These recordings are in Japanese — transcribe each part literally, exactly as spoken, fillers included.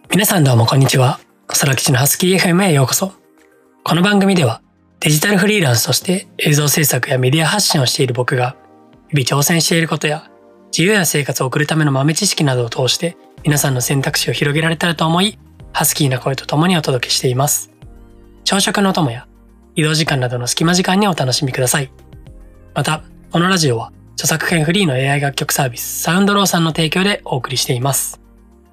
皆さんどうもこんにちは。空吉のハスキー エフエム へようこそ。この番組ではデジタルフリーランスとして映像制作やメディア発信をしている僕が日々挑戦していることや自由な生活を送るための豆知識などを通して皆さんの選択肢を広げられたらと思い、ハスキーな声とともにお届けしています。朝食のお供や移動時間などの隙間時間にお楽しみください。また、このラジオは著作権フリーの エーアイ 楽曲サービスサウンドローさんの提供でお送りしています。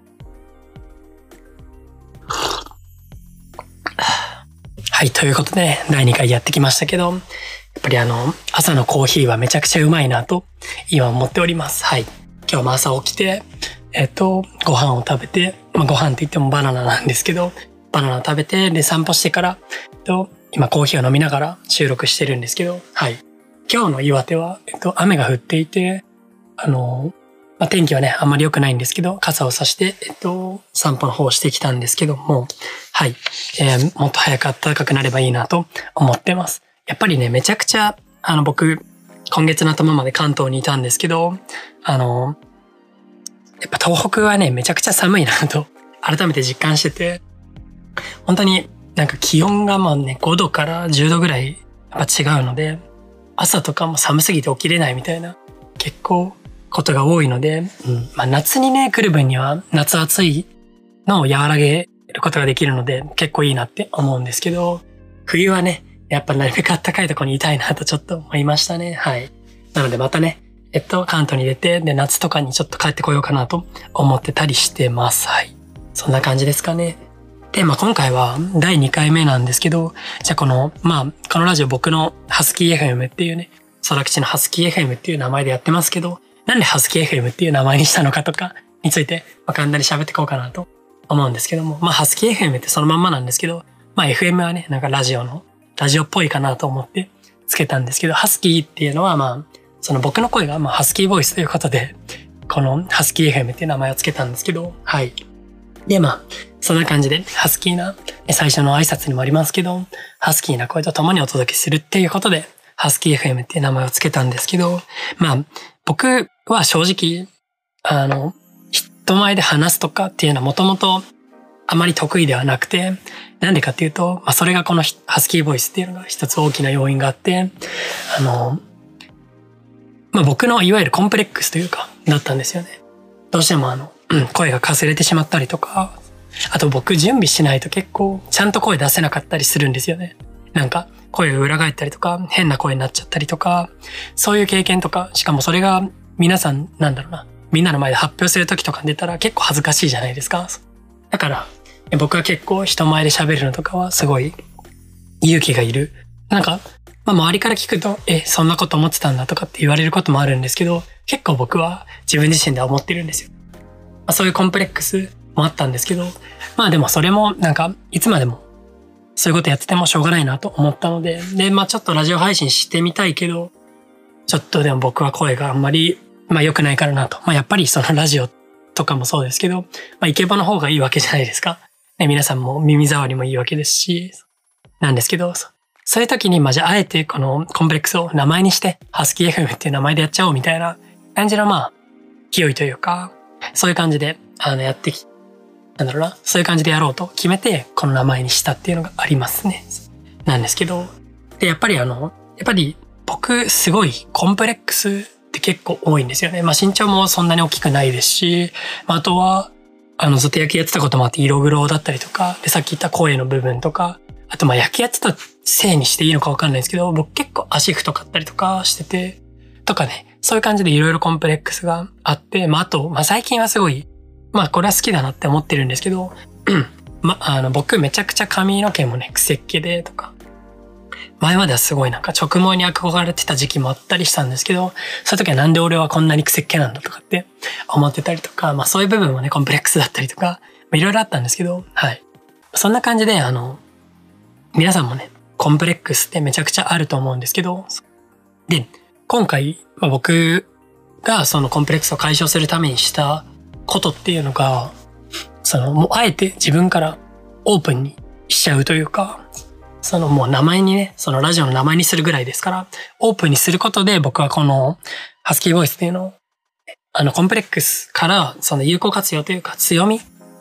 はい、ということでだいにかいやってきましたけど、やっぱりあの朝のコーヒーはめちゃくちゃうまいなと今思っております。はい、今日も朝起きてえっとご飯を食べて、まあ、ご飯って言ってもバナナなんですけど、バナナを食べてで散歩してから、えっと、今コーヒーを飲みながら収録してるんですけど、はい、今日の岩手は、えっと、雨が降っていて、あのまあ、天気はねあんまり良くないんですけど、傘を差して、えっと、散歩の方をしてきたんですけども、はい、えー、もっと早く暖かくなればいいなと思ってます。やっぱりね、めちゃくちゃ、あの、僕、今月の頭まで関東にいたんですけど、あの、やっぱ東北はね、めちゃくちゃ寒いなと、改めて実感してて、本当になんか気温がまあね、ごどからじゅうどぐらいやっぱ違うので、朝とかも寒すぎて起きれないみたいな、結構ことが多いので、うん、まあ夏にね、来る分には夏暑いのを和らげることができるので結構いいなって思うんですけど、冬はね、やっぱなるべく暖かいところにいたいなとちょっと思いましたね。はい。なのでまたね、えっと、関東に出て、で、夏とかにちょっと帰ってこようかなと思ってたりしてます。はい。そんな感じですかね。で、まあ今回はだいにかいめなんですけど、じゃあこの、まあ、このラジオ僕のハスキー エフエム っていうね、空吉のハスキー エフエム っていう名前でやってますけど、なんでハスキー エフエム っていう名前にしたのかとかについて、まあ、簡単に喋っていこうかなと思うんですけども、まあハスキー エフエム ってそのまんまなんですけど、まあ エフエム はね、なんかラジオの、ラジオっぽいかなと思ってつけたんですけど、ハスキーっていうのはまあ、その僕の声がまあハスキーボイスということで、このハスキー エフエム っていう名前をつけたんですけど、はい。で、まあ、そんな感じでハスキーな、最初の挨拶にもありますけど、ハスキーな声と共にお届けするっていうことで、ハスキー エフエム っていう名前をつけたんですけど、まあ、僕は正直、あの、人前で話すとかっていうのはもともとあまり得意ではなくて、なんでかっていうと、まあそれがこのハスキーボイスっていうのが一つ大きな要因があって、あの、まあ僕のいわゆるコンプレックスというか、だったんですよね。どうしてもあの、声がかすれてしまったりとか、あと僕準備しないと結構ちゃんと声出せなかったりするんですよね。なんか声が裏返ったりとか、変な声になっちゃったりとか、そういう経験とか、しかもそれが皆さん、なんだろうな、みんなの前で発表する時とかに出たら結構恥ずかしいじゃないですか。だから、僕は結構人前で喋るのとかはすごい勇気がいる。なんか、まあ周りから聞くと、え、そんなこと思ってたんだとかって言われることもあるんですけど、結構僕は自分自身では思ってるんですよ。まあ、そういうコンプレックスもあったんですけど、まあでもそれもなんか、いつまでもそういうことやっててもしょうがないなと思ったので、で、まあちょっとラジオ配信してみたいけど、ちょっとでも僕は声があんまり、まあ良くないからなと。まあやっぱりそのラジオとかもそうですけど、まあイケボの方がいいわけじゃないですか。ね、皆さんも耳障りもいいわけですし、なんですけど、そういう時に、まあじゃああえてこのコンプレックスを名前にして、ハスキー エフエム っていう名前でやっちゃおうみたいな感じのまあ、勢いというか、そういう感じで、あの、やってき、なんだろうな、そういう感じでやろうと決めて、この名前にしたっていうのがありますね。なんですけど、で、やっぱりあの、やっぱり僕すごいコンプレックスって結構多いんですよね。まあ身長もそんなに大きくないですし、まあ、あとは、あの、ずっと野球やってたこともあって色黒だったりとか、で、さっき言った声の部分とか、あとまあ野球やってたせいにしていいのかわかんないですけど、僕結構足太かったりとかしてて、とかね、そういう感じでいろいろコンプレックスがあって、まああと、まあ最近はすごい、まあこれは好きだなって思ってるんですけど、まあの僕めちゃくちゃ髪の毛もね、くせっ毛でとか、前まではすごいなんか直毛に憧れてた時期もあったりしたんですけど、そういう時はなんで俺はこんなにくせっ毛なんだとかって思ってたりとか、まあそういう部分もね、コンプレックスだったりとか、いろいろあったんですけど、はい。そんな感じで、あの、皆さんもね、コンプレックスってめちゃくちゃあると思うんですけど、で、今回、まあ、僕がそのコンプレックスを解消するためにしたことっていうのが、その、もうあえて自分からオープンにしちゃうというか、そのもう名前にね、そのラジオの名前にするぐらいですから、オープンにすることで僕はこのハスキーボイスっていうのを、あのコンプレックスからその有効活用というか強み、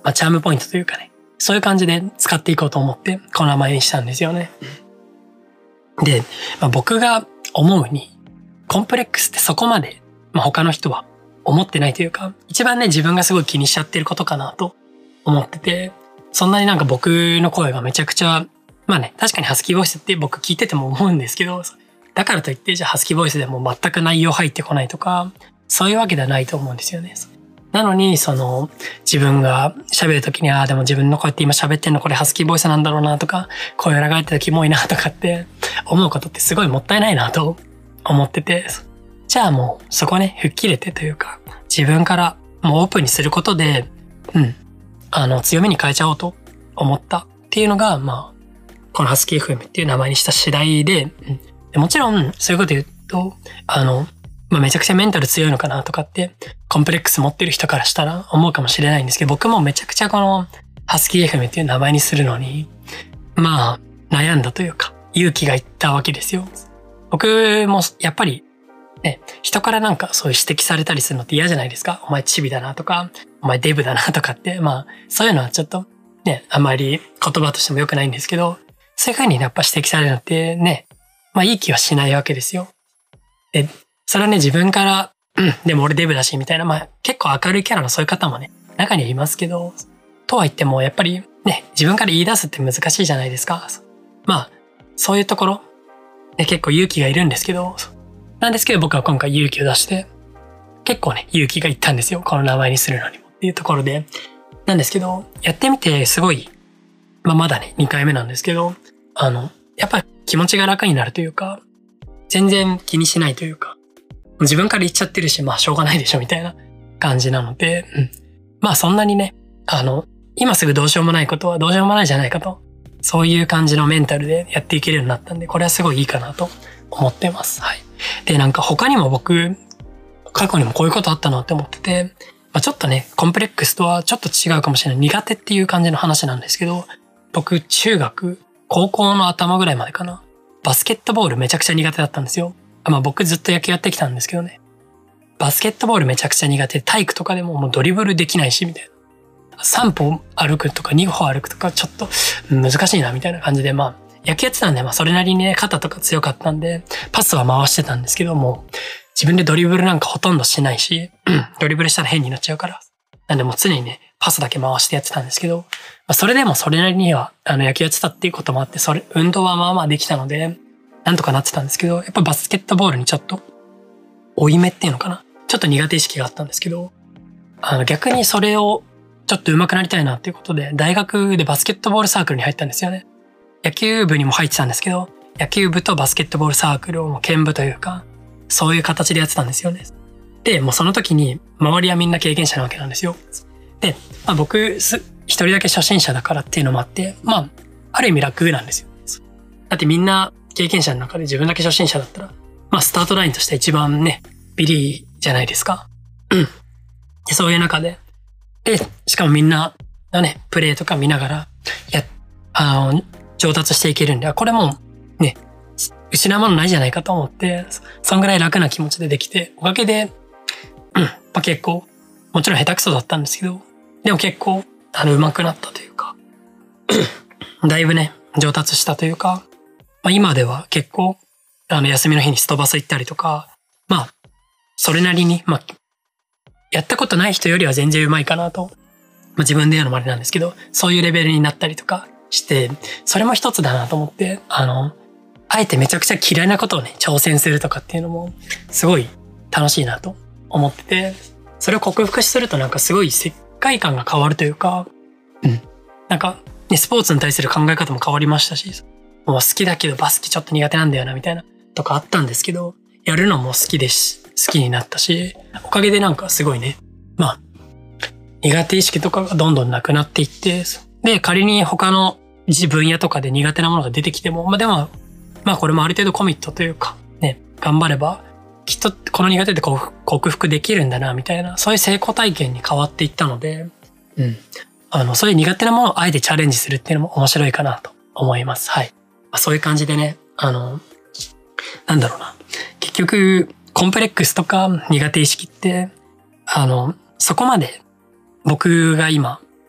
まあ、チャームポイントというかね、そういう感じで使っていこうと思って、この名前にしたんですよね。で、まあ、僕が思うに、コンプレックスってそこまで、まあ、他の人は思ってないというか、一番ね、自分がすごい気にしちゃってることかなと思ってて、そんなになんか僕の声がめちゃくちゃ、まあね、確かにハスキーボイスって僕聞いてても思うんですけど、だからといってじゃあハスキーボイスでも全く内容入ってこないとか、そういうわけではないと思うんですよね。なのに、その、自分が喋るときに、ああ、でも自分の声って今喋ってんのこれハスキーボイスなんだろうなとか、声裏返ってたらキモいなとかって思うことってすごいもったいないなと思ってて、じゃあもうそこね、吹っ切れてというか、自分からもうオープンにすることで、うん、あの、強みに変えちゃおうと思ったっていうのが、まあ、このハスキー エフエム っていう名前にした次第で、うん、でもちろんそういうこと言うと、あの、まあ、めちゃくちゃメンタル強いのかなとかって、コンプレックス持ってる人からしたら思うかもしれないんですけど、僕もめちゃくちゃこのハスキー エフエム っていう名前にするのに、まあ、悩んだというか、勇気がいったわけですよ。僕もやっぱり、ね、人からなんかそういう指摘されたりするのって嫌じゃないですか。お前チビだなとか、お前デブだなとかって、まあ、そういうのはちょっとね、あまり言葉としても良くないんですけど、そういう風にやっぱ指摘されるのってね、まあいい気はしないわけですよ。で、それはね、自分から、うん、でも俺デブだし、みたいな、まあ結構明るいキャラのそういう方もね、中にはいますけど、とは言ってもやっぱりね、自分から言い出すって難しいじゃないですか。まあ、そういうところ、ね、結構勇気がいるんですけど、なんですけど僕は今回勇気を出して、結構ね、勇気がいったんですよ。この名前にするのにもっていうところで。なんですけど、やってみてすごい、まあまだね、にかいめなんですけど、あの、やっぱ気持ちが楽になるというか、全然気にしないというか、自分から言っちゃってるし、まあしょうがないでしょみたいな感じなので、うん、まあそんなにね、あの、今すぐどうしようもないことはどうしようもないじゃないかと、そういう感じのメンタルでやっていけるようになったんで、これはすごいいいかなと思ってます。はい。で、なんか他にも僕、過去にもこういうことあったなって思ってて、まあ、ちょっとね、コンプレックスとはちょっと違うかもしれない。苦手っていう感じの話なんですけど、僕、中学、高校の頭ぐらいまでかな。バスケットボールめちゃくちゃ苦手だったんですよ。まあ僕ずっと野球やってきたんですけどね。バスケットボールめちゃくちゃ苦手で、体育とかでももうドリブルできないし、みたいな。さん歩歩くとかに歩歩くとかちょっと難しいな、みたいな感じで、まあ、野球やってたんで、まあそれなりにね、肩とか強かったんで、パスは回してたんですけども、自分でドリブルなんかほとんどしないし、ドリブルしたら変になっちゃうから。なんでもう常にね、パスだけ回してやってたんですけど、まあ、それでもそれなりには、あの野球やってたっていうこともあって、それ、運動はまあまあできたので、なんとかなってたんですけど、やっぱバスケットボールにちょっと、負い目っていうのかな。ちょっと苦手意識があったんですけど、あの逆にそれをちょっと上手くなりたいなっていうことで、大学でバスケットボールサークルに入ったんですよね。野球部にも入ってたんですけど、野球部とバスケットボールサークルをもう兼部というか、そういう形でやってたんですよね。で、もうその時に、周りはみんな経験者なわけなんですよ。で、まあ、僕、す、一人だけ初心者だからっていうのもあって、まあ、ある意味楽なんですよ。だってみんな経験者の中で自分だけ初心者だったら、まあ、スタートラインとして一番ね、ビリーじゃないですか。うん。で、そういう中で、で、しかもみんなのね、プレイとか見ながら、や、あの、上達していけるんで、これもね、失うものないじゃないかと思って、そんぐらい楽な気持ちでできて、おかげで、うん、まあ、結構、もちろん下手くそだったんですけど、でも結構、あの、上手くなったというか、だいぶね、上達したというか、まあ、今では結構、あの、休みの日にストバス行ったりとか、まあ、それなりに、まあ、やったことない人よりは全然上手いかなと、まあ、自分で言うのもあれなんですけど、そういうレベルになったりとかして、それも一つだなと思って、あの、あえてめちゃくちゃ嫌いなことをね、挑戦するとかっていうのも、すごい楽しいなと思ってて、それを克服するとなんかすごい世界観が変わるというか、うん。なんか、ね、スポーツに対する考え方も変わりましたし、もう好きだけどバスケちょっと苦手なんだよな、みたいな、とかあったんですけど、やるのも好きですし、好きになったし、おかげでなんかすごいね、まあ、苦手意識とかがどんどんなくなっていって、で、仮に他の分野とかで苦手なものが出てきても、まあでも、まあこれもある程度コミットというか、ね、頑張れば、きっとこの苦手で克服できるんだな、みたいな、そういう成功体験に変わっていったので、うん。あの、そういう苦手なものをあえてチャレンジするっていうのも面白いかなと思います。はい。まあ、そういう感じでね、あの、なんだろうな。結局、コンプレックスとか苦手意識って、あの、そこまで僕が今、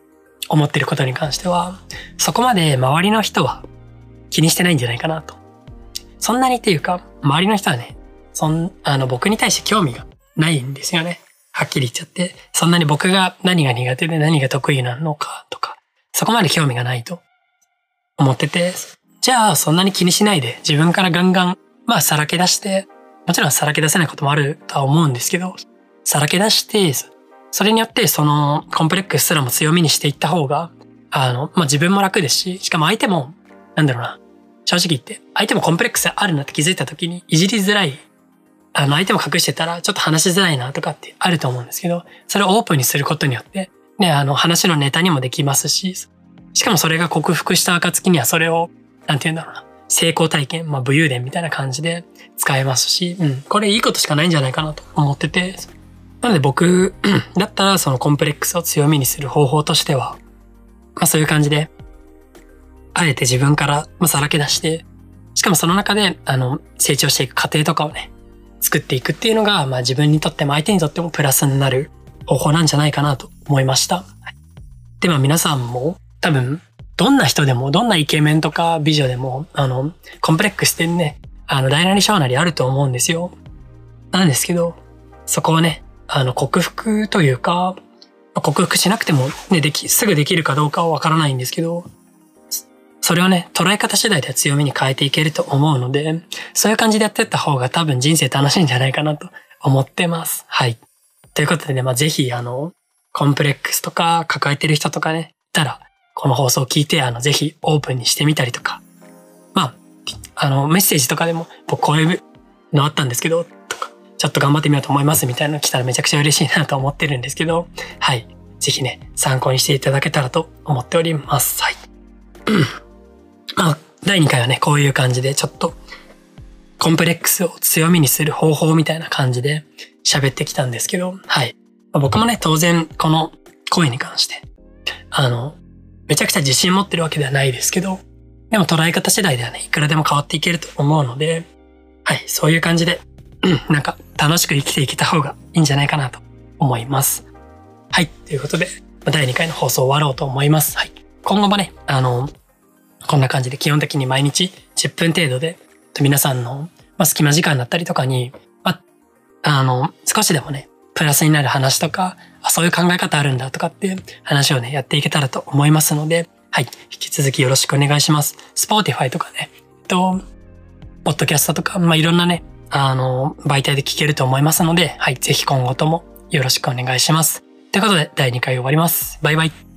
思ってることに関しては、そこまで周りの人は気にしてないんじゃないかなと。そんなにっていうか、周りの人はね、そん、あの、僕に対して興味がないんですよね。はっきり言っちゃって。そんなに僕が何が苦手で何が得意なのかとか、そこまで興味がないと思ってて、じゃあそんなに気にしないで自分からガンガン、まあさらけ出して、もちろんさらけ出せないこともあるとは思うんですけど、さらけ出して、それによってそのコンプレックスすらも強みにしていった方が、あの、まあ自分も楽ですし、しかも相手も、なんだろうな、正直言って、相手もコンプレックスあるなって気づいた時にいじりづらい、あの相手も隠してたらちょっと話しづらいなとかってあると思うんですけど、それをオープンにすることによって、ね、あの話のネタにもできますし、しかもそれが克服した暁にはそれを、なんて言うんだろうな、成功体験、まあ武勇伝みたいな感じで使えますし、うん、これいいことしかないんじゃないかなと思ってて、なので僕だったらそのコンプレックスを強みにする方法としては、まあそういう感じで、あえて自分からさらけ出して、しかもその中であの成長していく過程とかをね、作っていくっていうのが、まあ自分にとっても相手にとってもプラスになる方法なんじゃないかなと思いました。で、まあ皆さんも多分、どんな人でも、どんなイケメンとか美女でも、あの、コンプレックスってね、あの、大なり小なりあると思うんですよ。なんですけど、そこをね、あの、克服というか、克服しなくてもね、でき、すぐできるかどうかはわからないんですけど、それをね、捉え方次第では強みに変えていけると思うので、そういう感じでやっていった方が多分人生楽しいんじゃないかなと思ってます。はい。ということでね、まあ、ぜひ、あの、コンプレックスとか抱えてる人とかね、いたら、この放送を聞いて、あの、ぜひオープンにしてみたりとか、まあ、あの、メッセージとかでも、僕こういうのあったんですけど、とか、ちょっと頑張ってみようと思いますみたいなの来たらめちゃくちゃ嬉しいなと思ってるんですけど、はい。ぜひね、参考にしていただけたらと思っております。はい。まあ、だいにかいはね、こういう感じでちょっと、コンプレックスを強みにする方法みたいな感じで喋ってきたんですけど、はい。まあ、僕もね、当然、この声に関して、あの、めちゃくちゃ自信持ってるわけではないですけど、でも捉え方次第ではね、いくらでも変わっていけると思うので、はい、そういう感じで、うん、なんか楽しく生きていけた方がいいんじゃないかなと思います。はい、ということで、だいにかいの放送終わろうと思います。はい。今後もね、あの、こんな感じで基本的に毎日じゅっぷん程度で、皆さんの、まあ、隙間時間だったりとかに、まあ、あの、少しでもね、プラスになる話とか、あ、そういう考え方あるんだとかって話をね、やっていけたらと思いますので、はい、引き続きよろしくお願いします。Spotify とかね、と、ポッドキャストとか、まあ、いろんなね、あの、媒体で聞けると思いますので、はい、ぜひ今後ともよろしくお願いします。ということで、だいにかい終わります。バイバイ。